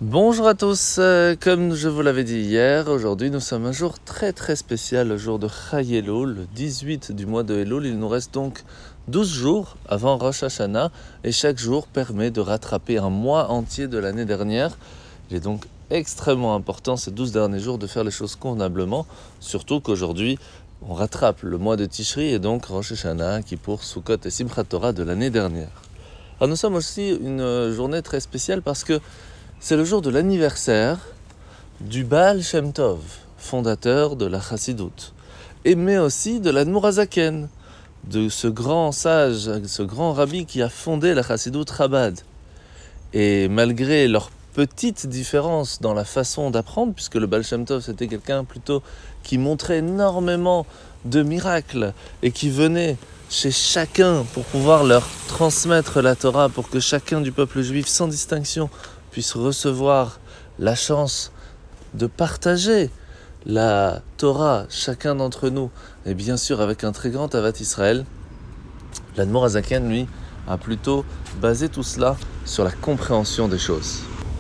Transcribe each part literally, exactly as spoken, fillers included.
Bonjour à tous, euh, comme je vous l'avais dit hier, aujourd'hui nous sommes un jour très très spécial, le jour de Chai Elul, le dix-huit du mois de Elul. Il nous reste donc douze jours avant Rosh Hashanah et chaque jour permet de rattraper un mois entier de l'année dernière. Il est donc extrêmement important ces douze derniers jours de faire les choses convenablement, surtout qu'aujourd'hui on rattrape le mois de Tishri et donc Rosh Hashanah, Kippour, Sukkot et Simchat Torah de l'année dernière. Alors nous sommes aussi une journée très spéciale parce que c'est le jour de l'anniversaire du Baal Shem Tov, fondateur de la Chassidoute, et mais aussi de l'Admour HaZaken, de ce grand sage, ce grand rabbi qui a fondé la Chassidoute Chabad. Et malgré leurs petites différences dans la façon d'apprendre, puisque le Baal Shem Tov c'était quelqu'un plutôt qui montrait énormément de miracles et qui venait chez chacun pour pouvoir leur transmettre la Torah, pour que chacun du peuple juif sans distinction puisse recevoir la chance de partager la Torah, chacun d'entre nous, et bien sûr avec un très grand Avat Israël. L'Admour HaZaken, lui, a plutôt basé tout cela sur la compréhension des choses.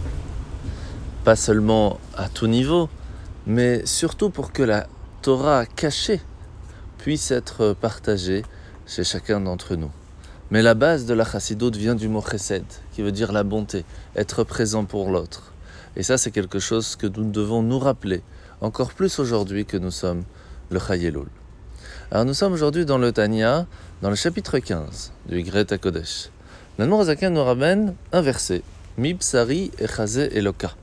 Pas seulement à tout niveau, mais surtout pour que la Torah cachée puisse être partagée chez chacun d'entre nous. Mais la base de la Chassidoute vient du mot chesed, qui veut dire la bonté, être présent pour l'autre. Et ça, c'est quelque chose que nous devons nous rappeler, encore plus aujourd'hui que nous sommes le Chai Elul. Alors nous sommes aujourd'hui dans le Tanya, dans le chapitre quinze du Igret HaKodesh. L'Admour HaZaken nous ramène un verset, Mi Psari Echazeh Eloka.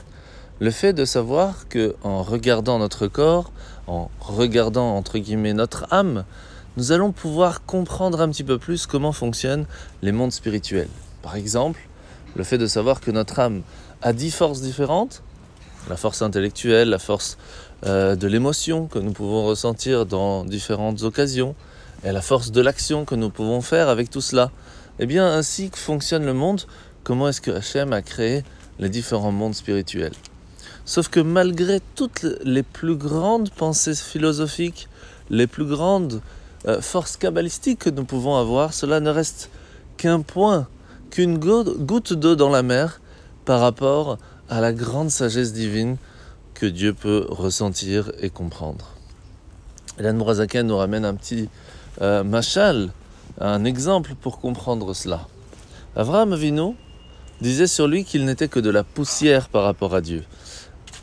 Le fait de savoir que en regardant notre corps, en regardant entre guillemets notre âme, nous allons pouvoir comprendre un petit peu plus comment fonctionnent les mondes spirituels. Par exemple, le fait de savoir que notre âme a dix forces différentes, la force intellectuelle, la force euh, de l'émotion que nous pouvons ressentir dans différentes occasions, et la force de l'action que nous pouvons faire avec tout cela. Et bien ainsi que fonctionne le monde, comment est-ce que Hachem a créé les différents mondes spirituels. Sauf que malgré toutes les plus grandes pensées philosophiques, les plus grandes Euh, force kabbalistique que nous pouvons avoir, cela ne reste qu'un point, qu'une goutte d'eau dans la mer par rapport à la grande sagesse divine que Dieu peut ressentir et comprendre. L'Admour HaZaken nous ramène un petit euh, machal, un exemple pour comprendre cela. Avraham Avinu disait sur lui qu'il n'était que de la poussière par rapport à Dieu. Pourquoi ?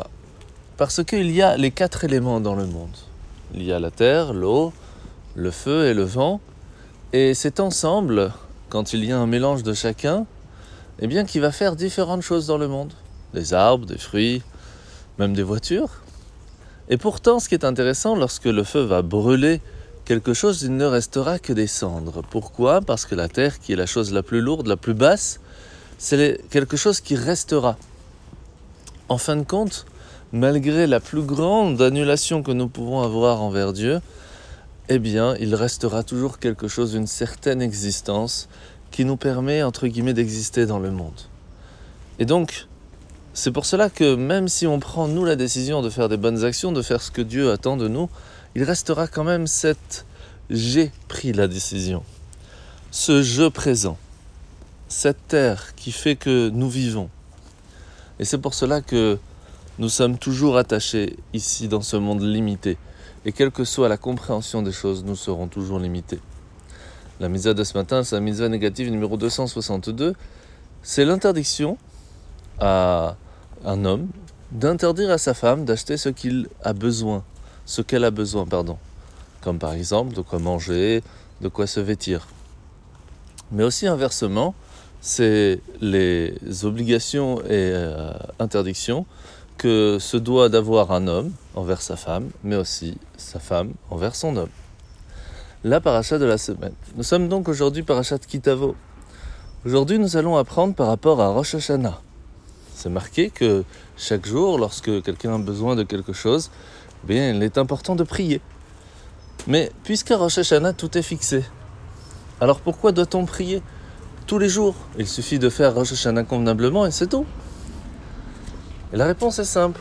Parce qu'il y a les quatre éléments dans le monde. Il y a la terre, l'eau, le feu et le vent, et c'est ensemble, quand il y a un mélange de chacun, eh bien, qui va faire différentes choses dans le monde. Des arbres, des fruits, même des voitures. Et pourtant, ce qui est intéressant, lorsque le feu va brûler quelque chose, il ne restera que des cendres. Pourquoi ? Parce que la terre, qui est la chose la plus lourde, la plus basse, c'est quelque chose qui restera. En fin de compte, malgré la plus grande annulation que nous pouvons avoir envers Dieu, eh bien, il restera toujours quelque chose, une certaine existence qui nous permet, entre guillemets, d'exister dans le monde. Et donc, c'est pour cela que même si on prend, nous, la décision de faire des bonnes actions, de faire ce que Dieu attend de nous, il restera quand même cette « j'ai pris la décision », ce « je présent », cette terre qui fait que nous vivons. Et c'est pour cela que nous sommes toujours attachés ici, dans ce monde limité. Et quelle que soit la compréhension des choses, nous serons toujours limités. La mitzvah de ce matin, c'est la mitzvah négative numéro deux cent soixante-deux. C'est l'interdiction à un homme d'interdire à sa femme d'acheter ce qu'il a besoin, ce qu'elle a besoin, pardon. Comme par exemple, de quoi manger, de quoi se vêtir. Mais aussi inversement, c'est les obligations et euh, interdictions que se doit d'avoir un homme envers sa femme, mais aussi sa femme envers son homme. La paracha de la semaine. Nous sommes donc aujourd'hui parachat Kitavo. Aujourd'hui, nous allons apprendre par rapport à Rosh Hashanah. C'est marqué que chaque jour, lorsque quelqu'un a besoin de quelque chose, eh bien, il est important de prier. Mais puisqu'à Rosh Hashanah, tout est fixé, alors pourquoi doit-on prier tous les jours ? Il suffit de faire Rosh Hashanah convenablement et c'est tout. Et la réponse est simple.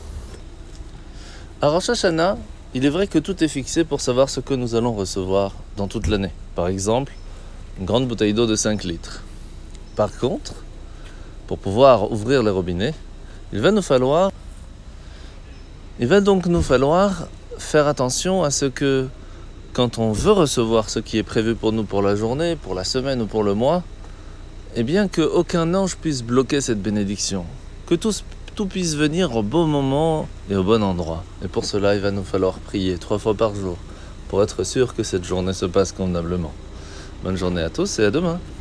À Rosh Hashanah, il est vrai que tout est fixé pour savoir ce que nous allons recevoir dans toute l'année. Par exemple, une grande bouteille d'eau de cinq litres. Par contre, pour pouvoir ouvrir les robinets, il va nous falloir, il va donc nous falloir faire attention à ce que, quand on veut recevoir ce qui est prévu pour nous pour la journée, pour la semaine ou pour le mois, eh bien qu'aucun ange puisse bloquer cette bénédiction, que tout, tout puisse venir au bon moment et au bon endroit. Et pour cela, il va nous falloir prier trois fois par jour, pour être sûr que cette journée se passe convenablement. Bonne journée à tous et à demain.